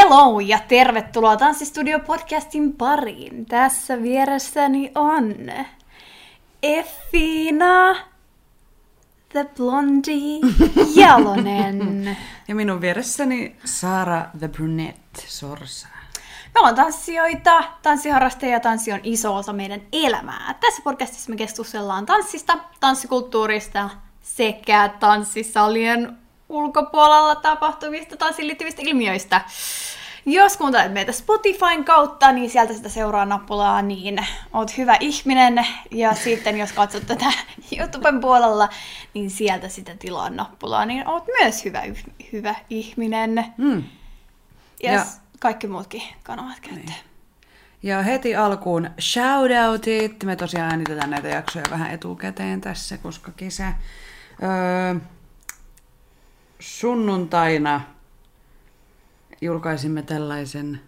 Hello ja tervetuloa Tanssistudio-podcastin pariin. Tässä vieressäni on Effina, the Blondie Jalonen. Ja minun vieressäni Saara the Brunette Sorsa. Me ollaan tanssijoita, tanssiharrastajia ja tanssi on iso osa meidän elämää. Tässä podcastissa me keskustellaan tanssista, tanssikulttuurista sekä tanssisalien ulkopuolella tapahtuvista tanssiin liittyvistä ilmiöistä. Jos kuuntelet meitä Spotifyn kautta, niin sieltä sitä seuraa nappulaa, niin oot hyvä ihminen. Ja sitten jos katsot tätä YouTuben puolella, niin sieltä sitä tilaa nappulaa, niin oot myös hyvä ihminen. Ja kaikki muutkin kanavat käyttää. Niin. Ja heti alkuun shoutoutit. Me tosiaan äänitetään näitä jaksoja vähän etukäteen tässä, koska kesä. Sunnuntaina julkaisimme tällaisen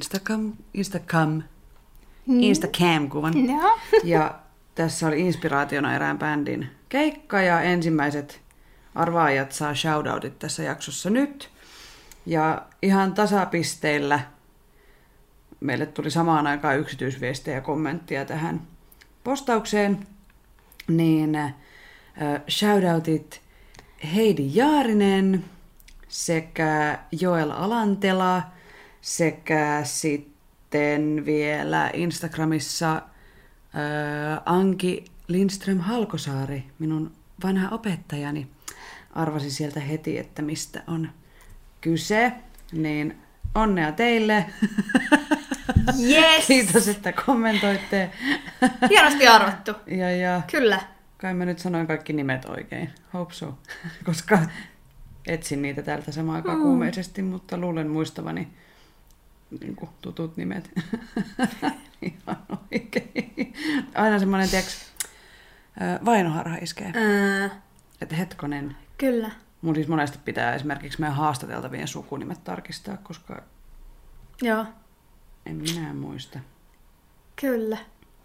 Instacam-kuvan. No. Ja tässä oli inspiraationa erään bändin keikka ja ensimmäiset arvaajat saa shoutoutit tässä jaksossa nyt. Ja ihan tasapisteillä meille tuli samaan aikaan yksityisviestejä ja kommenttia tähän postaukseen. Niin shoutoutit Heidi Jaarinen sekä Joel Alantela sekä sitten vielä Instagramissa Anki Lindström-Halkosaari, minun vanha opettajani, arvasi sieltä heti, että mistä on kyse. Niin onnea teille. Yes! Kiitos, että kommentoitte. Hienosti arvattu. Ja kyllä. Kai mä nyt sanoin kaikki nimet oikein. Hope so. Koska etsin niitä täältä samaan aikaan kuumeisesti, mutta luulen muistavani niin kuin tutut nimet. Ihan oikein. Aina semmoinen, tiiäks, vainoharha iskee. Että hetkonen. Kyllä. Mun siis monesti pitää esimerkiksi meidän haastateltavien sukunimet tarkistaa, koska Joo. en minä muista. Kyllä.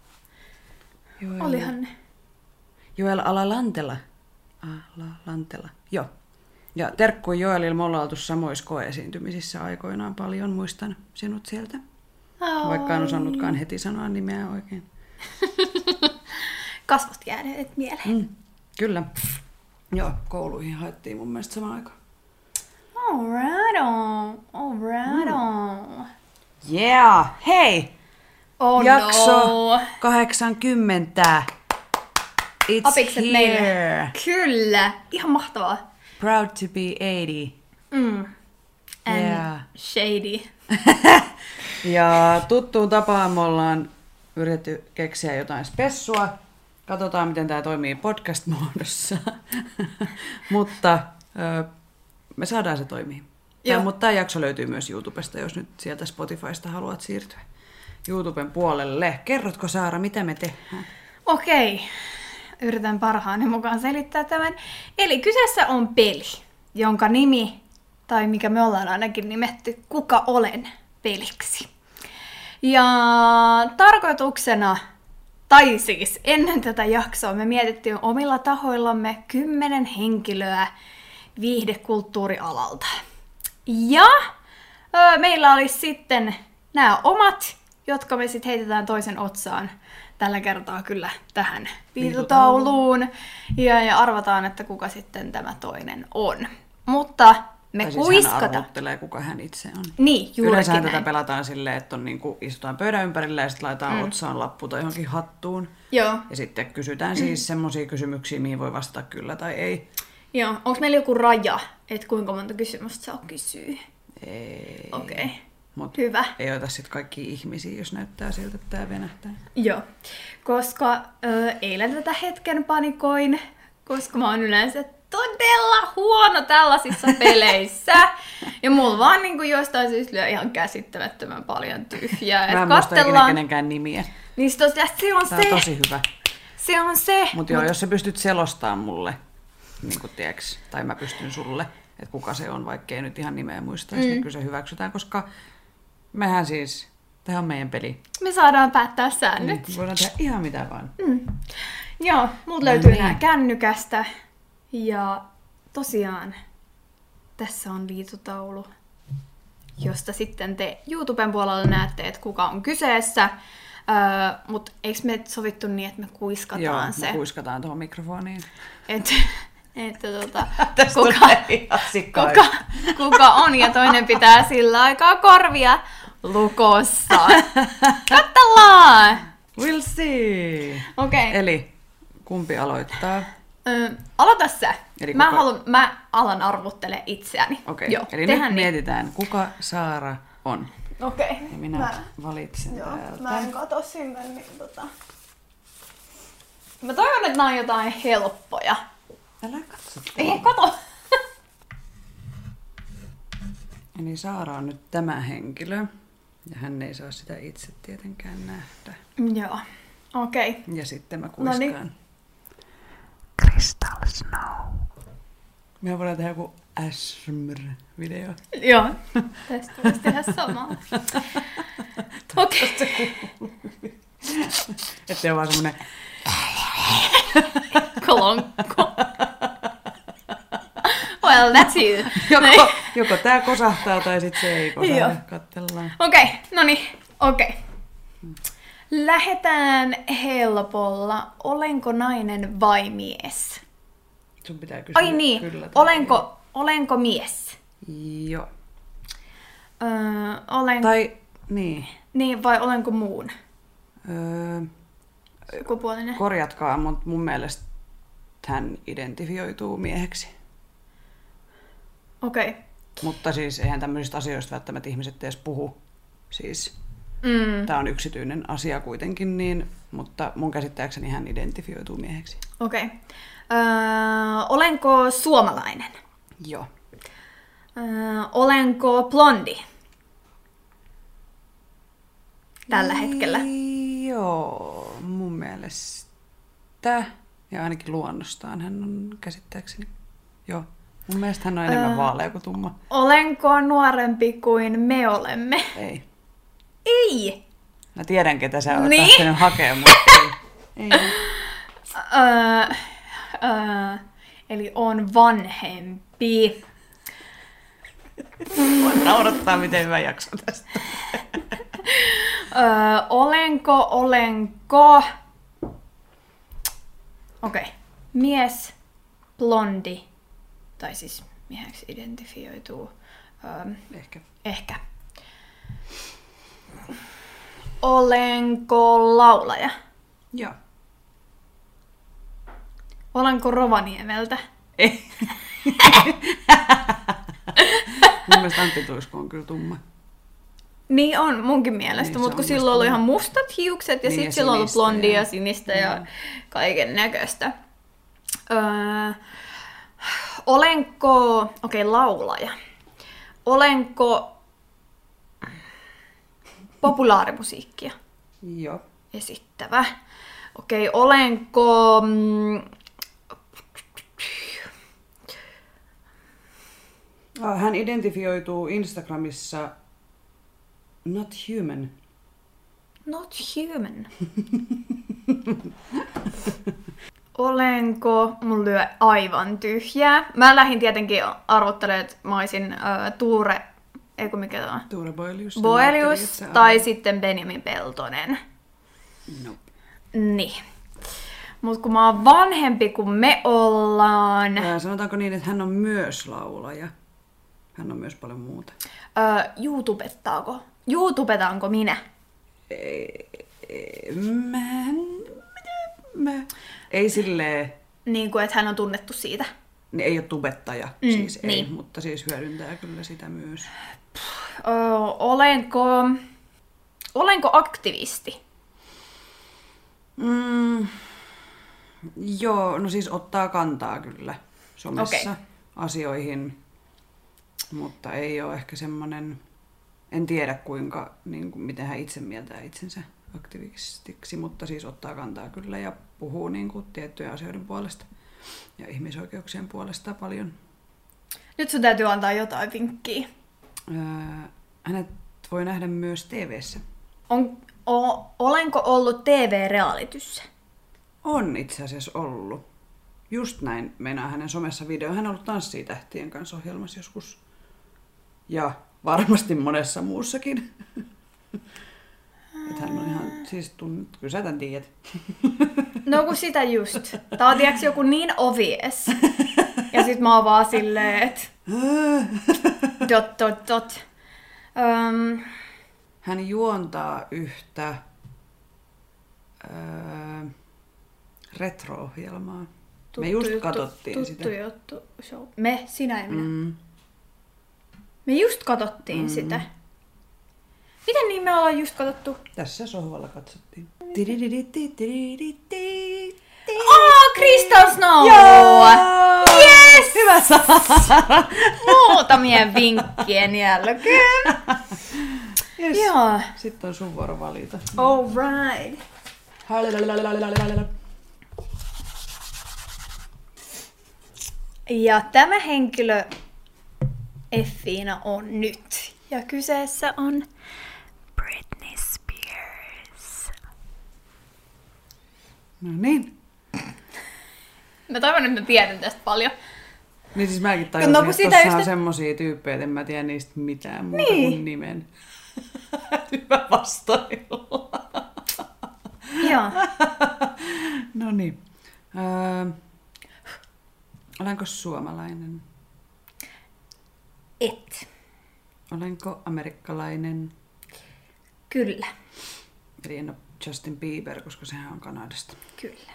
Olihan ne. Joel Alalantela. Joo. Ja terkkuu Joelilla, me ollaan oltu samoissa koeesiintymisissä aikoinaan paljon. Muistan sinut sieltä. Vaikka en osannutkaan heti sanoa nimeä oikein. Kasvot jääneet mieleen. Kyllä. Joo, kouluihin haettiin mun mielestä samaan aikaan. Alright on. Yeah! Hei! Oh Jakso no. 80. It's Apikset here. meille. Kyllä. Ihan mahtavaa. Proud to be 80. And Yeah. shady. Ja tuttuun tapaan me ollaan yritetty keksiä jotain spessua. Katsotaan, miten tämä toimii podcast-muodossa. Mutta me saadaan se toimii. Mutta tämä jakso löytyy myös YouTubesta, jos nyt sieltä Spotifysta haluat siirtyä YouTuben puolelle. Kerrotko, Saara, mitä me tehdään? Okei. Yritän parhaani mukaan selittää tämän. Eli kyseessä on peli, jonka nimi, tai mikä me ollaan ainakin nimetty, Kuka olen peliksi. Ja tarkoituksena, tai siis ennen tätä jaksoa, me mietittiin omilla tahoillamme 10 henkilöä viihdekulttuurialalta. Ja meillä olisi sitten nämä omat, jotka me sitten heitetään toisen otsaan. Tällä kertaa kyllä tähän viitutauluun. Ja arvataan, että kuka sitten tämä toinen on. Mutta me tai siis kuiskataan. hän arvottelee, kuka hän itse on. Niin, juurikin Yleensä näin. tätä pelataan silleen, että on niinku, istutaan pöydän ympärillä ja sitten laitetaan otsaan lappu tai johonkin hattuun. Joo. Ja sitten kysytään siis semmoisia kysymyksiä, mihin voi vastata kyllä tai ei. Joo. Onko meillä joku raja, että kuinka monta kysymystä saa kysyä? Ei. Okei. Mut Hyvä. ei ota sitten kaikki ihmisiä, jos näyttää siltä, että tää venähtää. Joo. Koska eilen tätä hetken panikoin, koska mä oon yleensä todella huono tällaisissa peleissä. Ja mulla vaan niin kuin jostain syystä lyö ihan käsittämättömän paljon tyhjää. Mä en muista ikinä kenenkään nimiä. Niin se on Tää on tosi hyvä. Se on se. Mut joo, jos sä pystyt selostamaan mulle, niin kuin tiiäks, tai mä pystyn sulle, että kuka se on, vaikka ei nyt ihan nimeä muistaisi, niin kyllä se hyväksytään, koska mehän siis, tämä on meidän peli. Me saadaan päättää säännöt. Voidaan tehdä ihan mitä vaan. Joo, mut löytyy nää kännykästä. Ja tosiaan, tässä on liitutaulu. josta sitten te YouTuben puolella näette, että kuka on kyseessä. Mutta eikö me sovittu niin, että me kuiskataan Joo, se? me kuiskataan tuohon mikrofoniin. Että kuka on ja toinen pitää sillä aikaa korvia lukossa. Katsellaan! We'll see! Okei. Eli kumpi aloittaa? Aloita sä. Eli Mä alan arvottele itseäni. Okei. Joo, Eli nyt mietitään, kuka Saara on. Okei. Ja minä valitsen täältä. Mä en katso sinne, niin Mä toivon, että nämä on jotain helppoja. Älä katso. Ei, kato! Eli Saara on nyt tämä henkilö. Ja hän ei saa sitä itse tietenkään nähdä. Joo. Okei. Ja sitten mä kuiskaan. Noniin. Crystal Snow. Me voidaan tehdä joku ASMR-video. Joo. Tästä voisi tehdä samaa. Okei. Ettei ole vaan semmonen Klonkko. Well, that's you. Joko tää kosahtaa tai sit se ei kosahda. Kattellaan. Okei, okei. Lähdetään helpolla. Olenko nainen vai mies? Sun pitää kysyä Ai niin, kyllä. olenko mies? Joo. Olen... Tai niin. Niin, vai olenko muun? Sukupuolinen. Korjatkaa, mutta mun mielestä hän identifioituu mieheksi. Okei. Mutta siis eihän tämmöisistä asioista välttämättä ihmiset edes puhu. Siis tää on yksityinen asia kuitenkin, niin, mutta mun käsittääkseni hän identifioituu mieheksi. Okei. Olenko suomalainen? Joo. Olenko blondi? Tällä hetkellä. Joo, mun mielestä. Ja ainakin luonnostaan hän on käsittääkseni. Joo. Mun mielestä hän on enemmän vaalea kuin tumma. Olenko nuorempi kuin me olemme? Ei. Ei! Mä tiedän, ketä sä oot niin? lähtenyt hakemaan, mutta ei. Eli on vanhempi. Mua naurattaa, miten hyvä jakso tästä. Olenko... Okei. Mies, blondi, tai siis mieheksi identifioituu. Ehkä. Olenko laulaja? Joo. Olenko Rovaniemeltä? Ei. Mun mielestä Antti Tuisko on kyllä tumma. Niin on munkin mielestä, Niin, mutta kun silloin oli ihan mustat hiukset ja niin, sitten silloin oli blondia ja sinistä ja Joo. kaiken näköistä. Olenko... laulaja. Olenko populaarimusiikkia Joo. esittävä? Olenko... Hän identifioituu Instagramissa Not Human. Not human. Olenko... Mun lyö aivan tyhjää. Mä lähdin tietenkin arvottelemaan, että mä olisin Tuure... Eikö mikä tämä on? Tuure Boelius. Boelius tai sitten Benjamin Peltonen. Nope. Niin. Mut kun mä oon vanhempi kuin me ollaan... Sanotaanko niin, että hän on myös laulaja? Hän on myös paljon muuta. YouTubetaanko minä? Ei silleen... Niin kuin, että hän on tunnettu siitä. Ei ole tubettaja, siis ei, niin. mutta siis hyödyntää kyllä sitä myös. Olenko aktivisti? Joo, no siis ottaa kantaa kyllä somessa asioihin, mutta ei ole ehkä semmoinen, en tiedä kuinka, niin kuin, miten hän itse mieltää itsensä aktivistiksi, mutta siis ottaa kantaa kyllä ja puhuu niin kuin, tiettyjen asioiden puolesta ja ihmisoikeuksien puolesta paljon. Nyt sun täytyy antaa jotain vinkkiä. Hänet voi nähdä myös TV:ssä. Olenko ollut TV-realityssä? On itse asiassa ollut. Just näin meinaa hänen somessa video. Hän on ollut Tanssii tähtien kanssa ohjelmassa joskus. Ja varmasti monessa muussakin. Että hän on ihan, siis kyllä sä tän tiedät. No kun sitä just. Tää on tiiäks joku niin obvious. Ja sit mä oon vaan silleen, et... Dot. Hän juontaa yhtä retro-ohjelmaa. Me just katsottiin sitä. Tuttu juttu show. Sinä ja minä. Me just katsottiin sitä. Miten niin me ollaan just katsottu? Tässä sohvalla katsottiin. Crystal Snow! Yes! Hyvä Saara! Muutamien vinkkien jälkeen. Yes. Joo. Sitten on sun vuoro valita. All right. Ja tämä henkilö Effiina on nyt. Ja kyseessä on Britney Spears. No niin. Mä toivon, että mä tiedän tästä paljon. Niin siis mäkin tajusin, No, että tossa on semmosia tyyppejä, että en mä tiedä niistä mitään muuta kuin nimen. Hyvä vastailla. Joo. No niin. Olenko suomalainen? Et. Olenko amerikkalainen? Kyllä. Eli en ole Justin Bieber, koska sehän on Kanadasta. Kyllä.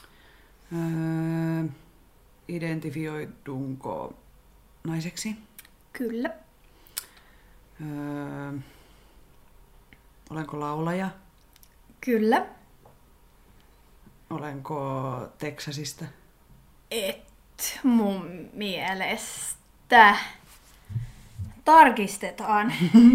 Identifioidunko naiseksi? Kyllä. Olenko laulaja? Kyllä. Olenko Teksasista? Et mun mielestä. Tarkistetaan.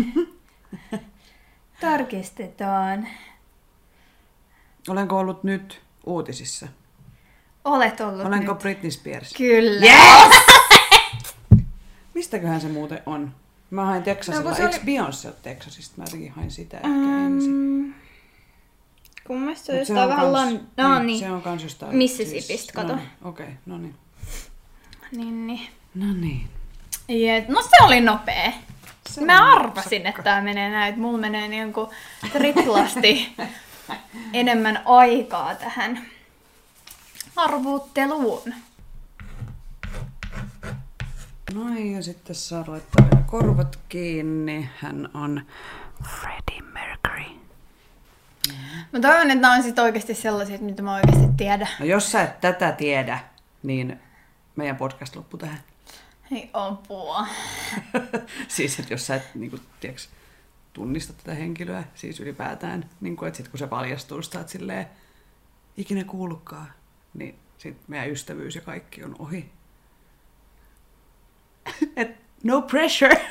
Tarkistetaan. Olenko ollut nyt uutisissa? Olet ollut Olenko nyt. Britney Spears? Kyllä. Yes! Mistäköhän se muuten on? Mä hain Teksasilla. No, Eikö Beyoncé ole Teksasista? Mä jotenkin hain sitä ehkä ensin. Kun mielestä se on jostain vähän niin. Se on kans jostain... Mississippistä, kato. No niin, okei, no niin. Niin. No niin. No se oli nopea. Mä arvasin, että tää menee näin, että mulla menee niin kuin triplasti enemmän aikaa tähän arvuutteluun. Noin, ja sitten saa laittaa vielä korvat kiinni. Hän on Freddie Mercury. Mä toivon, että nämä on sit oikeasti sellaisia, mitä mä oikeasti tiedän. No jos sä et tätä tiedä, niin meidän podcast loppuu tähän. Ei apua. Siis, että jos sä et tiiäks, tunnista tätä henkilöä, siis ylipäätään, että sit kun se paljastuu, sä oot silleen ikinä kuullutkaan, niin sit meidän ystävyys ja kaikki on ohi. Et no pressure!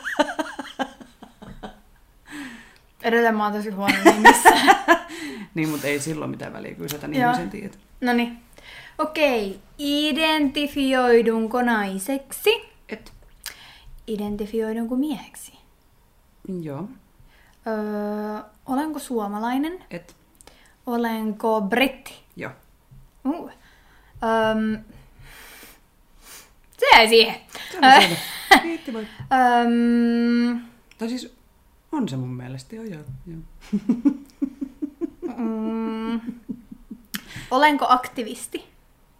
Edelleen mä oon tosi huono nimissä. Niin, mutta ei silloin mitään väliä, kyllä sä tän ihmisen tiedät. Noniin. Okei. Identifioidunko naiseksi? Et. Identifioidunko mieheksi? Joo. Olenko suomalainen? Et. Olenko britti? Joo. Se jäi siihen. Riitti vai? Tai siis on se mun mielestä, joo. Olenko aktivisti?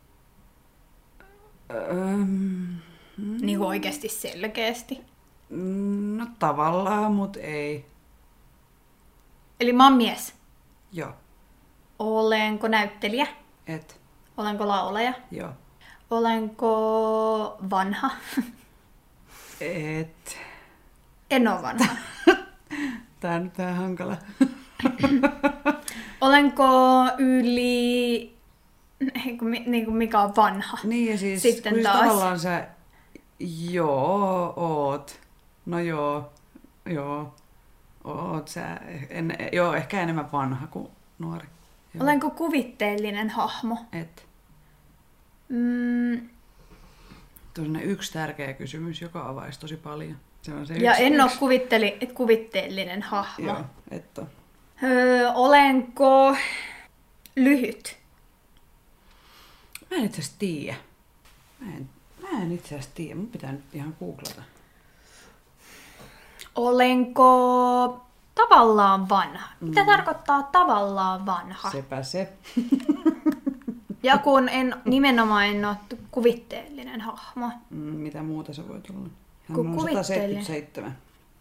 Niin kuin oikeasti selkeästi. No tavallaan, mut ei. Eli mä oon mies. Joo. Olenko näyttelijä? Et. Olenko laulaja? Joo. Olenko vanha? Et. En oo vanha. Tää on nyt vähän hankala. Olenko yli... Niin kuin mikä on vanha? Niin ja siis, sitten taas. Tavallaan sä... Joo, oot. No joo. Oot sä. Joo, ehkä enemmän vanha kuin nuori. Joo. Olenko kuvitteellinen hahmo? Et. Tuollainen yksi tärkeä kysymys, joka avaisi tosi paljon. Se on se ja yksi, en ole kuvitteellinen hahmo. Joo, et ole. Olenko lyhyt? Mä en itse asiassa tiedä. Mä en itse asiassa tiedä. Mun pitää nyt ihan googlata. Olenko tavallaan vanha? Mitä tarkoittaa tavallaan vanha? Sepä se. Ja kun nimenomaan en ole kuvitteellinen hahmo. Mitä muuta se voi tulla? Hän Kun on kuvitteellinen. 177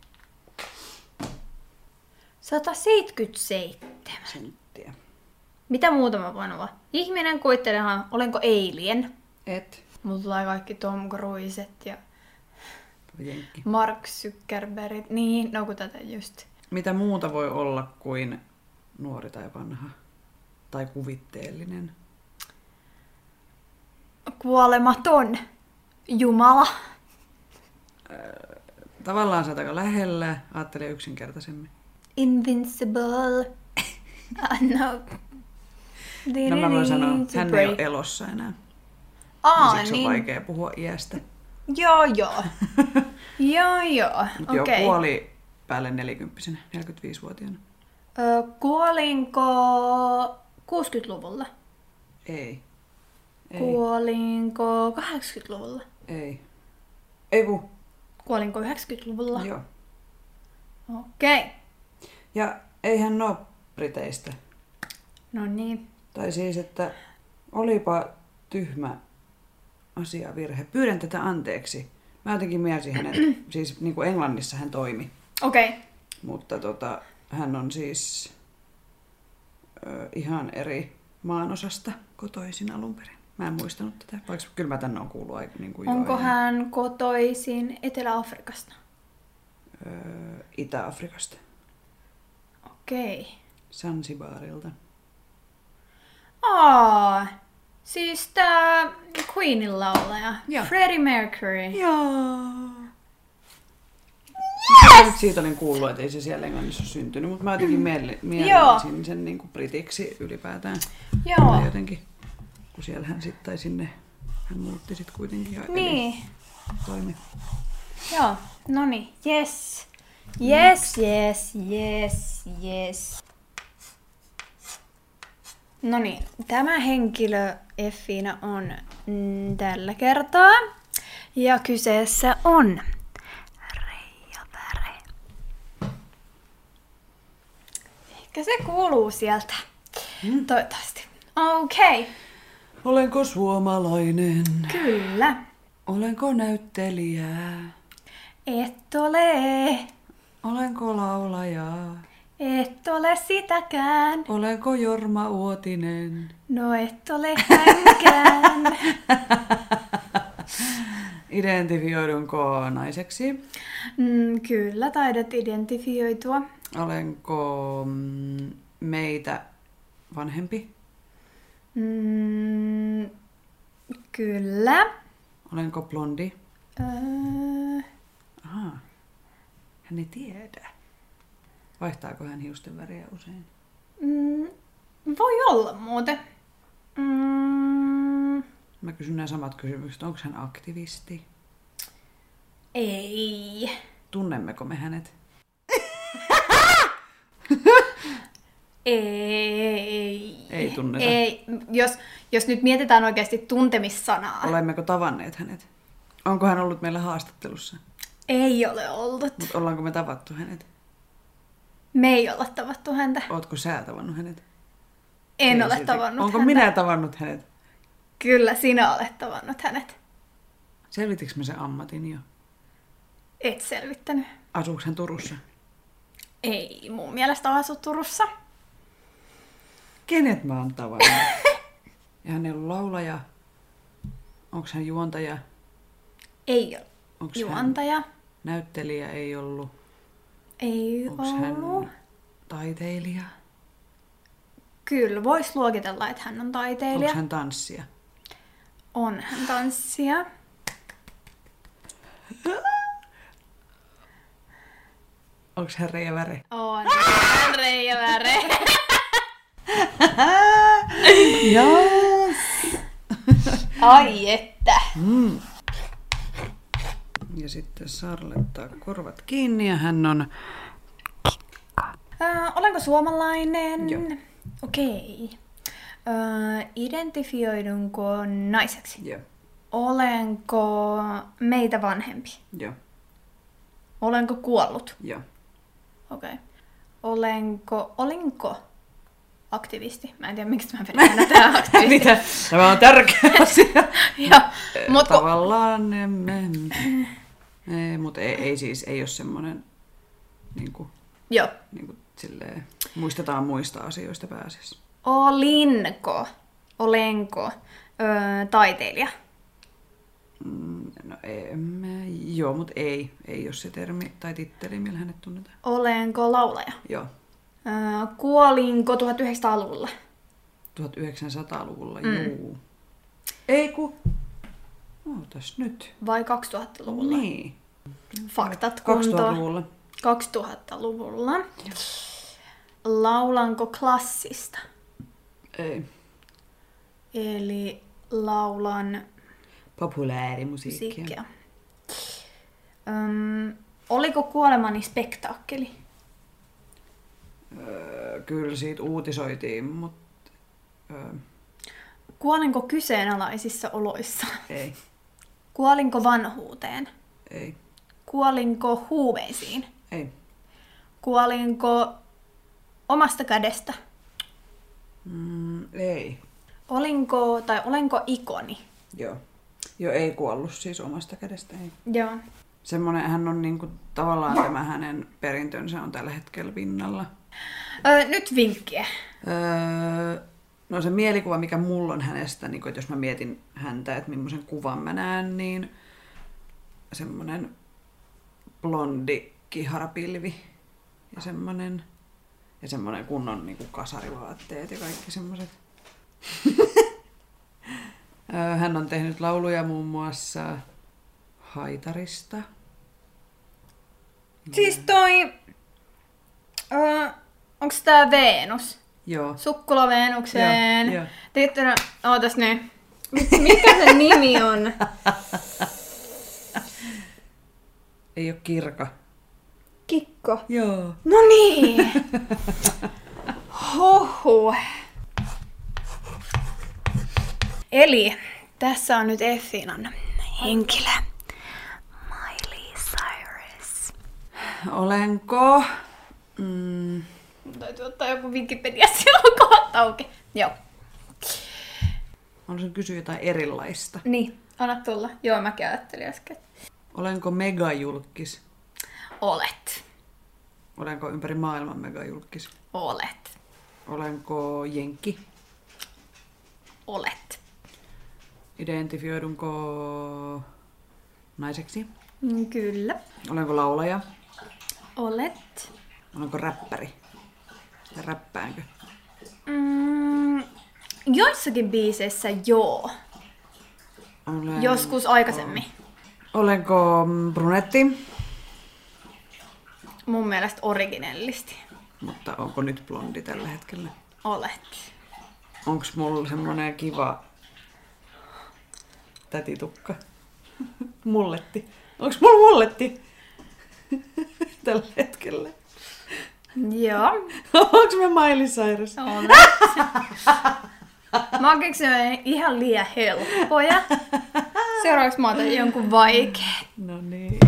177. senttiä. Mitä muuta mä voin olla? Ihminen kuvittelehan, olenko alien? Et. Mulla tulee kaikki Tom Cruiset ja Jenkki. Mark Zuckerbergit. Niin, no kun tätä just. Mitä muuta voi olla kuin nuori tai vanha? Tai kuvitteellinen? Kuolematon. Jumala. Tavallaan sä oot aika lähellä. Ajattelin yksinkertaisemmin. Invincible. No. No mä voin sanoa, hän ei ole elossa enää. Siksi on vaikea puhua iästä. Joo. Mutta joo, kuoli päälle 40-vuotiaana, 45-vuotiaana. Kuolinko 60-luvulla? Ei. Kuolinko 80-luvulla? Ei. Ei kun. Kuolinko 90-luvulla? Joo. Okei. Ja eihän ole Briteistä. No niin. Tai siis, että olipa tyhmä asiavirhe. Pyydän tätä anteeksi. Mä jotenkin mielisin hänet, siis niin kuin Englannissa hän toimi. Okei. Mutta hän on siis ihan eri maanosasta kotoisin alun perin. Mä en muistanut tätä, vaikka kyllä mä tänne on kuullut aika niin kuin Onko jo hän kotoisin Etelä-Afrikasta? Itä-Afrikasta. Okei. Zanzibarilta. Siis tää Queenin laulaja. Joo. Freddie Mercury. Joo. Yes! Siitä olin kuullut, että ei se siellä Englannissa ole syntynyt, mutta mä jotenkin mielisin sen niin kuin britiksi ylipäätään. Joo. Tai jotenkin, kun siellä hän sitten, tai sinne, hän muutti sitten kuitenkin ja Niin. toimi. Joo, noniin. Yes. Noniin, tämä henkilö Effiina on tällä kertaa. Ja kyseessä on Reija Väre. Ehkä se kuuluu sieltä. Toivottavasti. Okei. Olenko suomalainen? Kyllä. Olenko näyttelijä? Et ole. Olenko laulaja? Et ole sitäkään. Olenko Jorma Uotinen? No et ole hänkään. Identifioidunko naiseksi? Kyllä, taidat identifioitua. Olenko meitä vanhempi? Kyllä. Olenko blondi? Ahaa. Hän ei tiedä. Vaihtaako hän hiusten väriä usein? Voi olla muuten. Mä kysyn nämä samat kysymykset. Onko hän aktivisti? Ei. Tunnemmeko me hänet? Ei. Ei tunneta. Ei. Jos nyt mietitään oikeasti tuntemissanaa. Olemmeko tavanneet hänet? Onko hän ollut meillä haastattelussa? Ei ole ollut. Mut ollaanko me tavattu hänet? Me ei olla tavattu häntä. Ootko sä tavannut hänet? En Ei ole silti. tavannut Onko häntä. minä tavannut hänet? Kyllä, sinä olet tavannut hänet. Selvitikö mä sen ammatin jo? Et selvittänyt. Asuuko hän Turussa? Ei mun mielestä asu Turussa. Kenet mä oon tavannut? Ja hän ei ollut laulaja. Onko hän juontaja? Ei ole. Onko Juontaja. hän näyttelijä? Ei ollut. Ei Onko ollut. hän taiteilija? Kyllä, vois luokitella, että hän on taiteilija. Onko hän tanssija? On hän tanssija. Onko hän Reija Väre? On Reija Väre. Yes. Ai että. Ja sitten Saara laittaa korvat kiinni ja hän on... Olenko suomalainen? Joo. Okei. Identifioidunko naiseksi? Joo. Olenko meitä vanhempi? Joo. Olenko kuollut? Joo. Okei. Olinko aktivisti? Mä en tiedä, miksi mä vedän aina tähän aktivisti. Mitä? Tämä on tärkeä asia. Joo, mut Tavallaan mutta ei ole semmoinen niinku silleen, muistetaan muista asioista pääasiassa. Olenko taiteilija? No joo, mutta ei ole se termi tai titteli, millä hänet tunnetaan. Olenko laulaja? Joo. Kuolinko 1900-luvulla? 1900-luvulla, juu. Ei ku... Ootas nyt. Vai 2000-luvulla? Niin. Faktat kuntoon. 2000-luvulla. 2000-luvulla. Laulanko klassista? Ei. Eli laulan Populaarimusiikkia. Oliko kuolemani spektaakkeli? Kyllä siitä uutisoitiin, mutta... Kuolinko kyseenalaisissa oloissa? Ei. Kuolinko vanhuuteen? Ei. Kuolinko huumeisiin? Ei. Kuolinko omasta kädestä? Ei. Olenko ikoni? Joo. Joo, ei kuollut siis omasta kädestä, ei. Joo. Semmoinen, hän on niinku, tavallaan tämä hänen perintönsä on tällä hetkellä pinnalla. Nyt vinkkiä. No se mielikuva, mikä mulla on hänestä, niin kun, että jos mä mietin häntä, että millaisen kuvan mä näen, niin semmoinen blondi kiharapilvi ja semmoinen kunnon niin kuin kasarivaatteet ja kaikki semmoiset. Hän on tehnyt lauluja muun muassa Haitarista. Siis onks tää Venus? Joo. Sukkula Venukseen. Joo. Tiittynä, ootas nyt. Mikä se nimi on? Ei oo Kirka. Kikko. Joo. No niin. Huhhuh. Eli tässä on nyt Effinan henkilö. Miley Cyrus. Olenko... Täytyy ottaa joku Wikipedia silloin kohta auki. Joo. Haluaisin kysyä jotain erilaista. Niin, anna tulla. Joo, mäkin ajattelin äsken. Olenko megajulkis? Olet. Olenko ympäri maailman megajulkis? Olet. Olenko jenkki? Olet. Identifioidunko naiseksi? Kyllä. Olenko laulaja? Olet. Olenko räppäri? Ja räppäänkö? Joissakin biiseissä joo. Joskus aikaisemmin. Olenko brunetti? Mun mielestä originellisti. Mutta onko nyt blondi tällä hetkellä? Olet. Onks mulla semmonen kiva tätitukka? Mulletti. Onks mulla mulletti? Tällä hetkellä. Joo. Onks me Miley Cyrus? Olet. Mä oon keksinyt ihan liian helppoja. Seuraavaksi mä otan jonkun vaikean. No niin.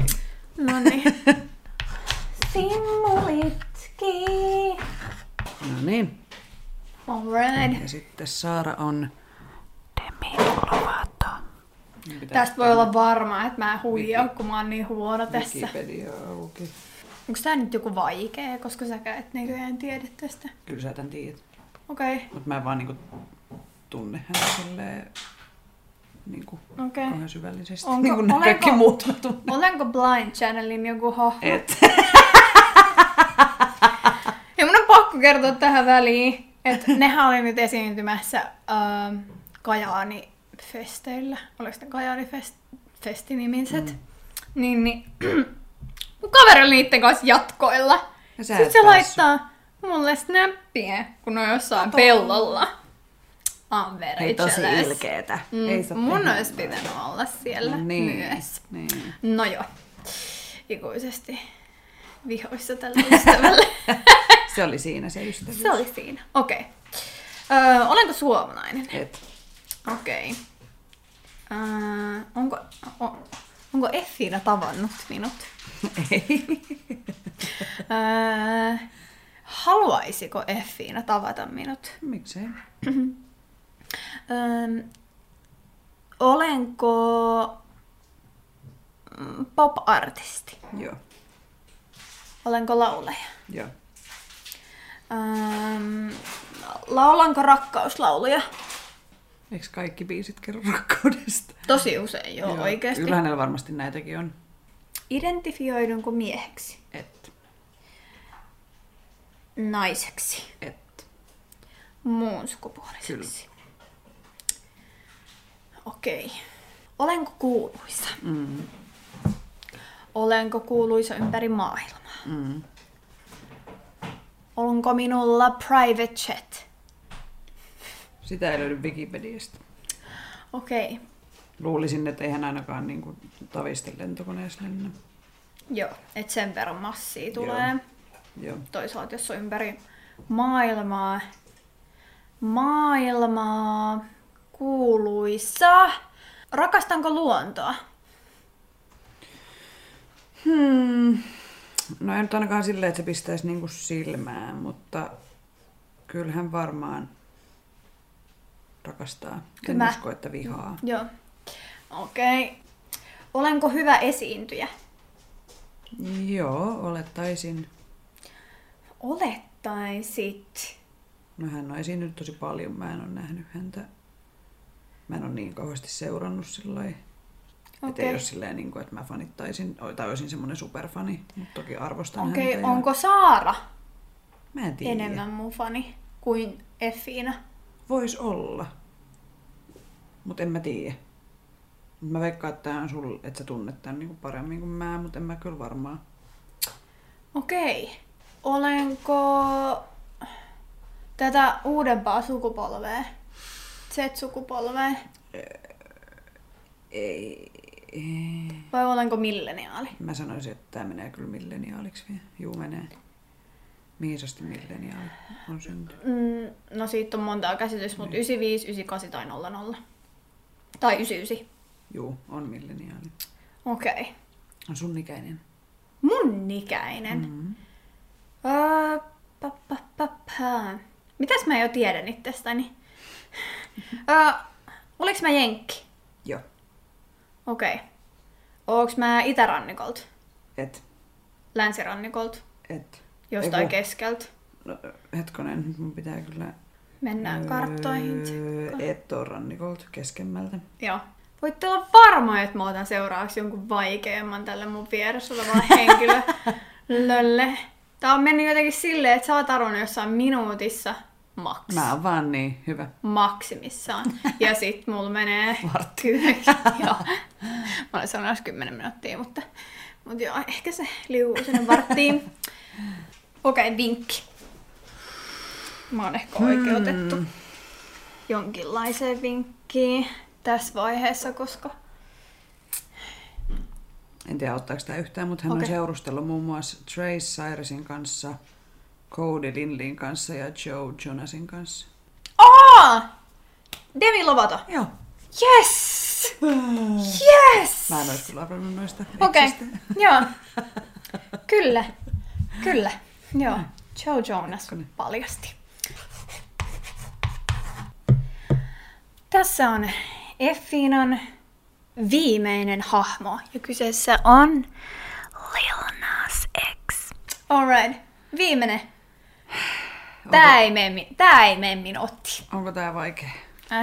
Simulitki. No niin. Alright. Ja sitten Saara on Demi Lovato. Tästä voi olla varma, että mä en huijaa, kun mä oon niin huono tässä. Wikipedia auki. Onko tää nyt joku vaikea, koska säkään et näköjään tiedä tästä? Kyllä sä tän tiedät. Okei. Mut mä en vaan niinku tunne häntä silleen niinku kauhean syvällisesti. Niin kuin ne kaikki muut mä tunnen. Olenko Blind Channelin joku hahmo? Et. Ja mun on pakko kertoa tähän väliin, että nehän oli nyt esiintymässä Kajaani-festeillä. Oliko ne Kajaani-festinimiset? Niin. Mun kaveri oli niitten kanssa jatkoilla. Sitten se laittaa mulle snappia, kun on jossain pellolla. Hei, tosi ilkeetä. Mun olisi pitänyt olla siellä myös. Niin. No joo. Ikuisesti vihoissa tälle ystävälle. Se oli siinä se ystävyys. Se oli siinä. Okei. Olenko suomalainen? Et. Okei. Onko Effiina tavannut minut? Ei. Haluaisiko Effiina tavata minut? Miksei? Olenko pop-artisti? Joo. Olenko laulaja? Joo. Laulanko rakkauslauluja? Eikö kaikki biisit kerro rakkaudesta? Tosi usein, joo, oikeasti. Kyllähän näillä varmasti näitäkin on. Identifioidunko mieheksi? Et. Naiseksi? Et. Muun sukupuoliseksi? Kyllä. Okei. Olenko kuuluisa? Mm. Olenko kuuluisa ympäri maailmaa? Mm. Onko minulla private jet? Sitä ei löydy Wikipediasta. Okei. Luulisin, että eihän ainakaan niin tavisten lentokoneessa lennä. Joo, että sen verran massia tulee. Joo. Toisaalta jos on ympäri maailmaa kuuluisa. Rakastanko luontoa? No ei nyt ainakaan silleen, että se pistäisi niinku silmään, mutta kyllähän varmaan rakastaa. En usko, että vihaa. Joo. Okei. Olenko hyvä esiintyjä? Joo, olettaisin. Olettaisit. No hän on esiintynyt tosi paljon, mä en ole nähnyt häntä. Mä en ole niin kauheasti seurannut sillai. Että ei ole silleen, että mä fanittaisin, tai olisin semmoinen superfani, mutta toki arvostan häntä. Okei, onko Saara mä en tiedä. enemmän mun fani kuin Effiina? Vois olla, mutta en mä tiedä. Mä veikkaan, että sä tunnet tämän niinku paremmin kuin mä, mutta en mä kyllä varmaan. Okei. Olenko tätä uudempaa sukupolvea? Z-sukupolvea? Ei. Vai olenko milleniaali? Mä sanoisin, että tää menee kyllä milleniaaliksi vielä. Juu, menee. Mihin asti milleniaali on syntynyt? No siitä on montaa käsitystä, mutta 95, 98 tai 00. Tai 99. Juu, on milleniaali. Okei. On sun ikäinen. Mun ikäinen? Mm-hmm. Mitäs mä jo tiedän itsestäni? Oliks mä jenkki? Joo. Okei. Onks mä itärannikolta? Et. Länsirannikolta? Et. Jostain keskeltä? No, hetkonen, nyt mun pitää kyllä... Mennään karttoihin. Et oo rannikolta, keskemmältä. Joo. Voitte olla varma, että mä otan seuraavaksi jonkun vaikeamman tälle mun vieressä olevalle henkilölle. Tää on mennyt jotenkin silleen, että sä oot arvonnut jossain minuutissa maks. Mä oon vaan niin hyvä. Maksimissaan. Ja sit mulla menee... Vartti. Joo. Mä olen sanonut 10 minuuttia, mutta joo, ehkä se liukuu sinne varttiin. Okei, vinkki. Mä oon ehkä oikeutettu jonkinlaiseen vinkkiin tässä vaiheessa, koska... En tiedä, auttaako tämä yhtään, mutta hän on seurustellut muun muassa Trace Cyrusin kanssa, Cody Lindleyn kanssa ja Joe Jonasin kanssa. Demi Lovato! Joo. Yes! Yes! Mä en ois kyllä arvannut noista. Okei, joo. Kyllä. Joo. Joe Jonas paljasti. Tässä on Effiinan viimeinen hahmo ja kyseessä on Lil Nas X. Alright, viimeinen. Tää ei mene minuutti. Onko tää vaikea?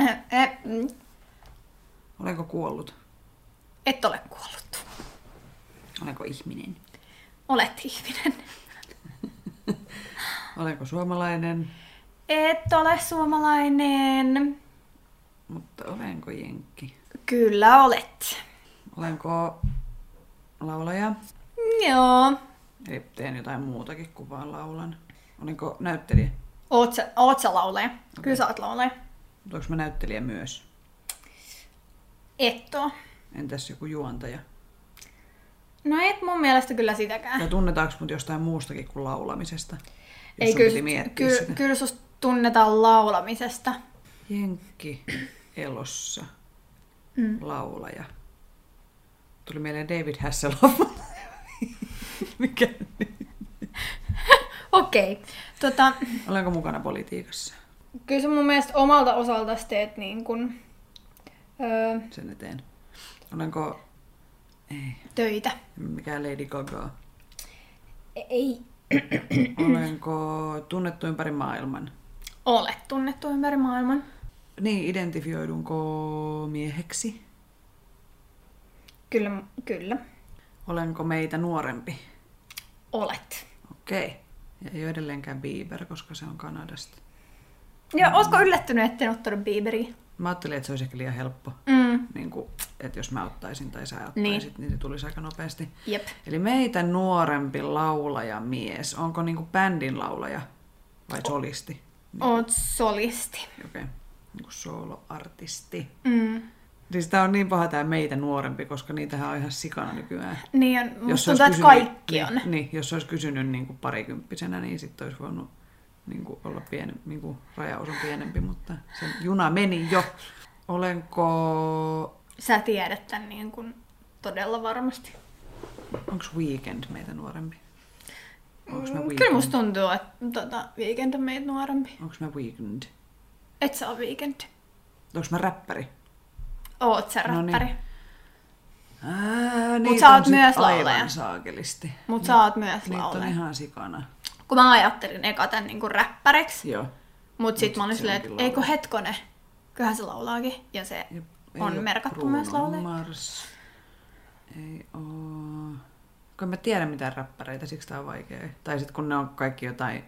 Olenko kuollut? Et ole kuollut. Olenko ihminen? Olet ihminen. Olenko suomalainen? Et ole suomalainen. Mutta olenko jenkki? Kyllä olet. Olenko laulaja? Joo. Eli teen jotain muutakin kuin vaan laulan. Olenko näyttelijä? Oot sä laulaja? Okay. Kyllä sä oot laulaja. Mutta onko mä näyttelijä myös? Et oo. Entäs joku juontaja? No et mun mielestä kyllä sitäkään. Ja tunnetaanko mut jostain muustakin kuin laulamisesta? Ei, kyllä susta tunnetaan laulamisesta. Jenkki elossa. Laulaja. Tuli mieleen David Hasselhoff. Mikä? Okei. Olenko mukana politiikassa? Kyllä sä mun mielestä omalta osaltasi teet niin kuin, Sen eteen. Olenko... Ei. töitä. Mikä Lady Gaga? Ei. Olenko tunnettu ympäri maailman? Olet tunnettu ympäri maailman. Niin, identifioidunko mieheksi? Kyllä. Olenko meitä nuorempi? Olet. Okei. Ja ei ole edelleenkään Bieber, koska se on Kanadasta. Ja ootko yllättynyt, etten ottanut Bieberia? Mä ajattelin, että se olisi ehkä liian helppo. Niin kuin, että jos mä ottaisin tai sä ottaisit, niin se tulisi aika nopeasti. Jep. Eli meitä nuorempi laulaja mies. Onko niin kuin bändin laulaja vai solisti? Oot solisti. Okei. Niin kuin soloartisti. Mm. Siis tää on niin paha tää meitä nuorempi, koska niitähän on ihan sikana nykyään. Niin on, musta tuntuu, että kaikki on. Niin, jos olisi kysynyt niin kuin parikymppisenä, niin sitten olisi voinut niin kuin olla niin kuin rajaus on pienempi, mutta se juna meni jo. Olenko... Sä tiedät tän niin kuin todella varmasti. Onko Weekend meitä nuorempi? Onko mä Weekend? Kyllä musta tuntuu, että Weekend on meitä nuorempi. Onko mä Weekend? Et sä oo Weekend. Onko mä räppäri? Oot sä räppäri. Mut sä oot myös laulaja. Aivan saakelisti. Mut sä oot myös Niitä laulaja. on ihan sikana. Kun mä ajattelin eka tän niinku räppäriksi. Joo. Mut sit mä olin silleen, että onkin eikö hetkone. Kyllähän se laulaakin. Ja se on merkattu myös laulaja. Mars. Ei oo. Kun mä tiedän mitään räppäreitä, siksi tää on vaikea. Tai sit kun ne on kaikki jotain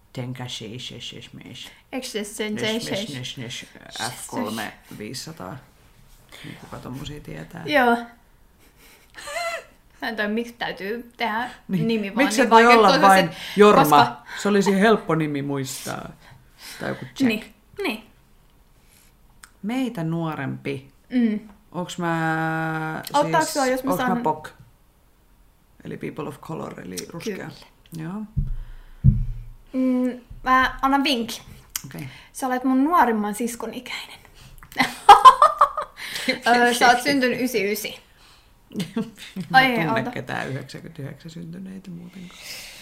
F3 500. Niin kuka tommosia tietää. Joo. Mä en tiedä, miksi täytyy tehdä nimi vaan. Miksi se voi olla vain Jorma? Koska... Se olisi helppo nimi muistaa. Tai joku Jack. Niin. Meitä nuorempi. Onks mä... Auttaako sua, jos mä sanon... mä POC? Eli People of Color, eli ruskea. Kyllä. Joo. Mä annan vinkki. Okay. Sä olet mun nuorimman siskon ikäinen. Sä oot syntynyt 99. Mä en tunne ketään 99 syntyneitä muutenkaan.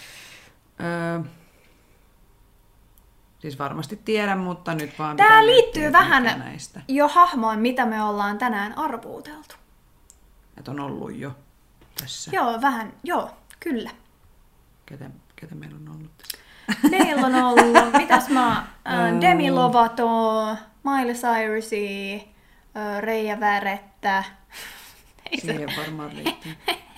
Siis varmasti tiedän, mutta nyt vaan... Tää liittyy vähän jo hahmoon, mitä me ollaan tänään arvuuteltu. Et on ollut jo tässä. Joo, vähän. Joo, kyllä. Ketä meillä on ollut tässä? Meillä on ollut, mitäs Demi Lovato, Miley Cyrusia, Reija Värettä. Siihen varmaan liittyy.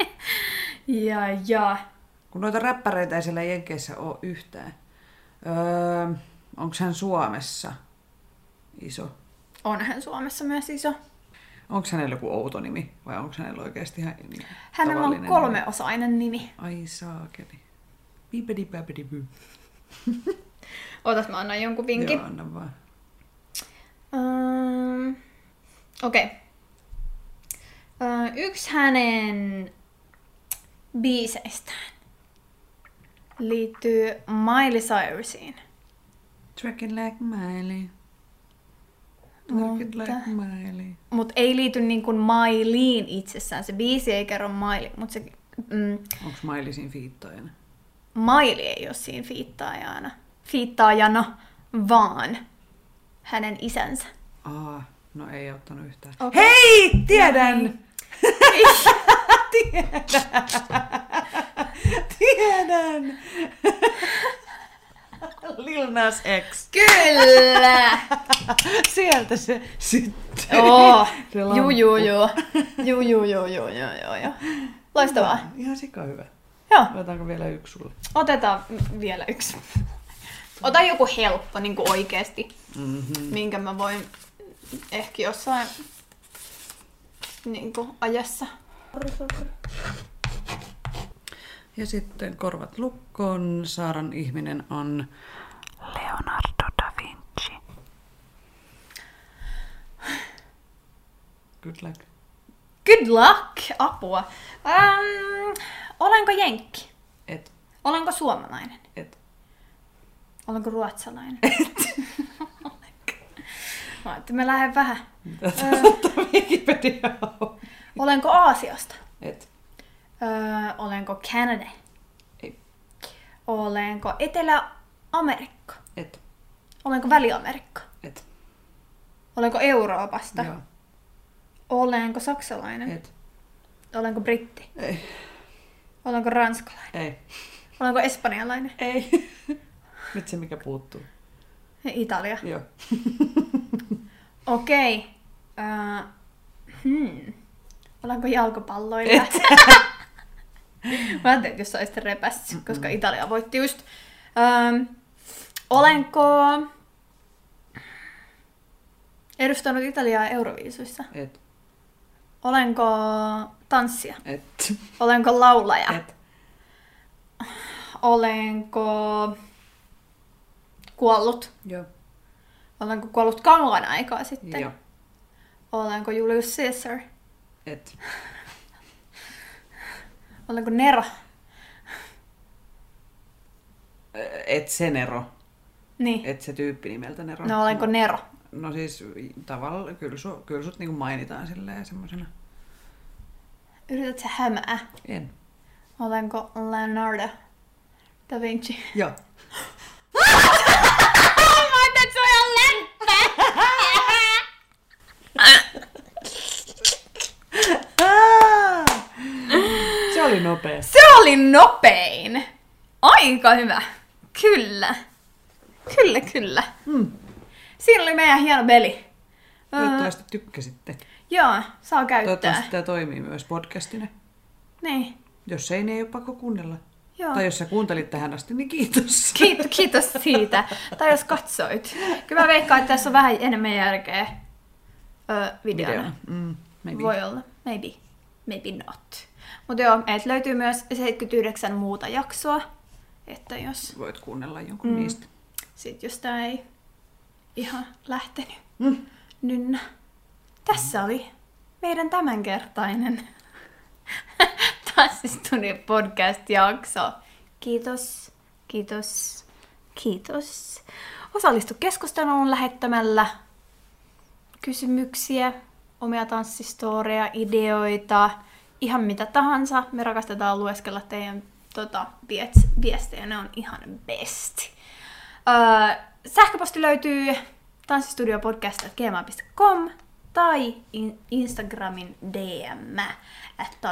Ja. Kun noita räppäreitä ei siellä Jenkeissä ole yhtään. Onko hän Suomessa iso? On hän Suomessa myös iso. Onko hänellä joku outo nimi vai onko hänellä oikeasti ihan niin hänellä on 3-osainen nimi. Ai saakeli. Bibidi-babidi-boo. Ootas, mä annan jonkun vinkin. Joo, anna vaan. Okei. Yksi hänen biiseistään liittyy Miley Cyrusiin. Tracking like Miley. Mut ei liity niin kuin Mileyin itsessään. Se biisi ei kerro Miley, mutta se... Onko Miley siinä fiittaajana? Miley ei ole siinä fiittaajana, vaan hänen isänsä. No ei ottanut yhtään. Okay. Hei! Tiedän! Tiedän! Lil Nas X. Kyllä! Sieltä se sitten. Joo. Loistavaa. Ihan sika hyvä. Joo. Otetaanko vielä yksi sulle? Otetaan vielä yksi. Ota joku helppo niin kuin oikeesti, minkä mä voin ehkä jossain niin kuin ajassa. Ja sitten korvat lukkoon. Saaran ihminen on Leonardo da Vinci. Good luck. Good luck! Apua. Olenko jenkki? Et. Olenko suomalainen? Et. Olenko ruotsalainen? Et. Mä ajattelin, mä lähden vähän. Wikipedia. Olenko Aasiasta? Et. Olenko Canada? Ei. Olenko Etelä-Amerikka? Et. Olenko Väli-Amerikka? Et. Olenko Euroopasta? Joo. Olenko saksalainen? Et. Olenko britti? Ei. Olenko ranskalainen? Ei. Olenko espanjalainen? Ei. Nyt se mikä puuttuu. Italia. Joo. Okei. Olenko jalkapalloilija? Mä ajattelin, että jos sä olisit repässyt, koska Italia voitti just. Olenko edustanut Italiaa Euroviisuissa? Et. Olenko tanssija? Et. Olenko laulaja? Et. Olenko kuollut? Joo. Olenko kuollut kauan aikaa sitten? Joo. Olenko Julius Caesar? Et. Olenko Nero? Et se Nero. Niin. Et se tyyppi nimeltä Nero. No olenko Nero? No siis tavallaan kyllä sut niinku mainitaan silleen semmosena. Yrität sä hämää? En. Olenko Leonardo da Vinci? Joo. Mä ajattelin, että se on ihan läppä! Se oli nopea. Se oli nopein! Aika hyvä. Kyllä. Kyllä. Siinä oli meidän hieno peli. Toivottavasti tykkäsitte. Joo, saa käyttää. Toivottavasti tämä toimii myös podcastina. Niin. Jos ei, niin ei ole pakko kuunnella. Joo. Tai jos sä kuuntelit tähän asti, niin kiitos. Kiitos siitä. Tai jos katsoit. Kyllä mä veikkaan, että tässä on vähän enemmän järkeä videona. Maybe. Voi olla. Maybe not. Mutta joo, meiltä löytyy myös 79 muuta jaksoa. Että jos... Voit kuunnella jonkun niistä. Sit jos tää ei ihan lähtenyt. Nynnä. Tässä oli meidän tämänkertainen Tanssistudio podcast-jakso. Kiitos. Osallistu keskusteluun lähettämällä kysymyksiä, omia tanssistoreja, ideoita, ihan mitä tahansa. Me rakastetaan lueskella teidän viestejä, ne on ihan best. Sähköposti löytyy tanssistudiopodcast@gmail.com tai Instagramin DM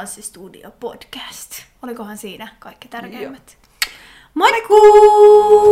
@tanssistudiopodcast. Olikohan siinä kaikki tärkeimmät? Moikkuu!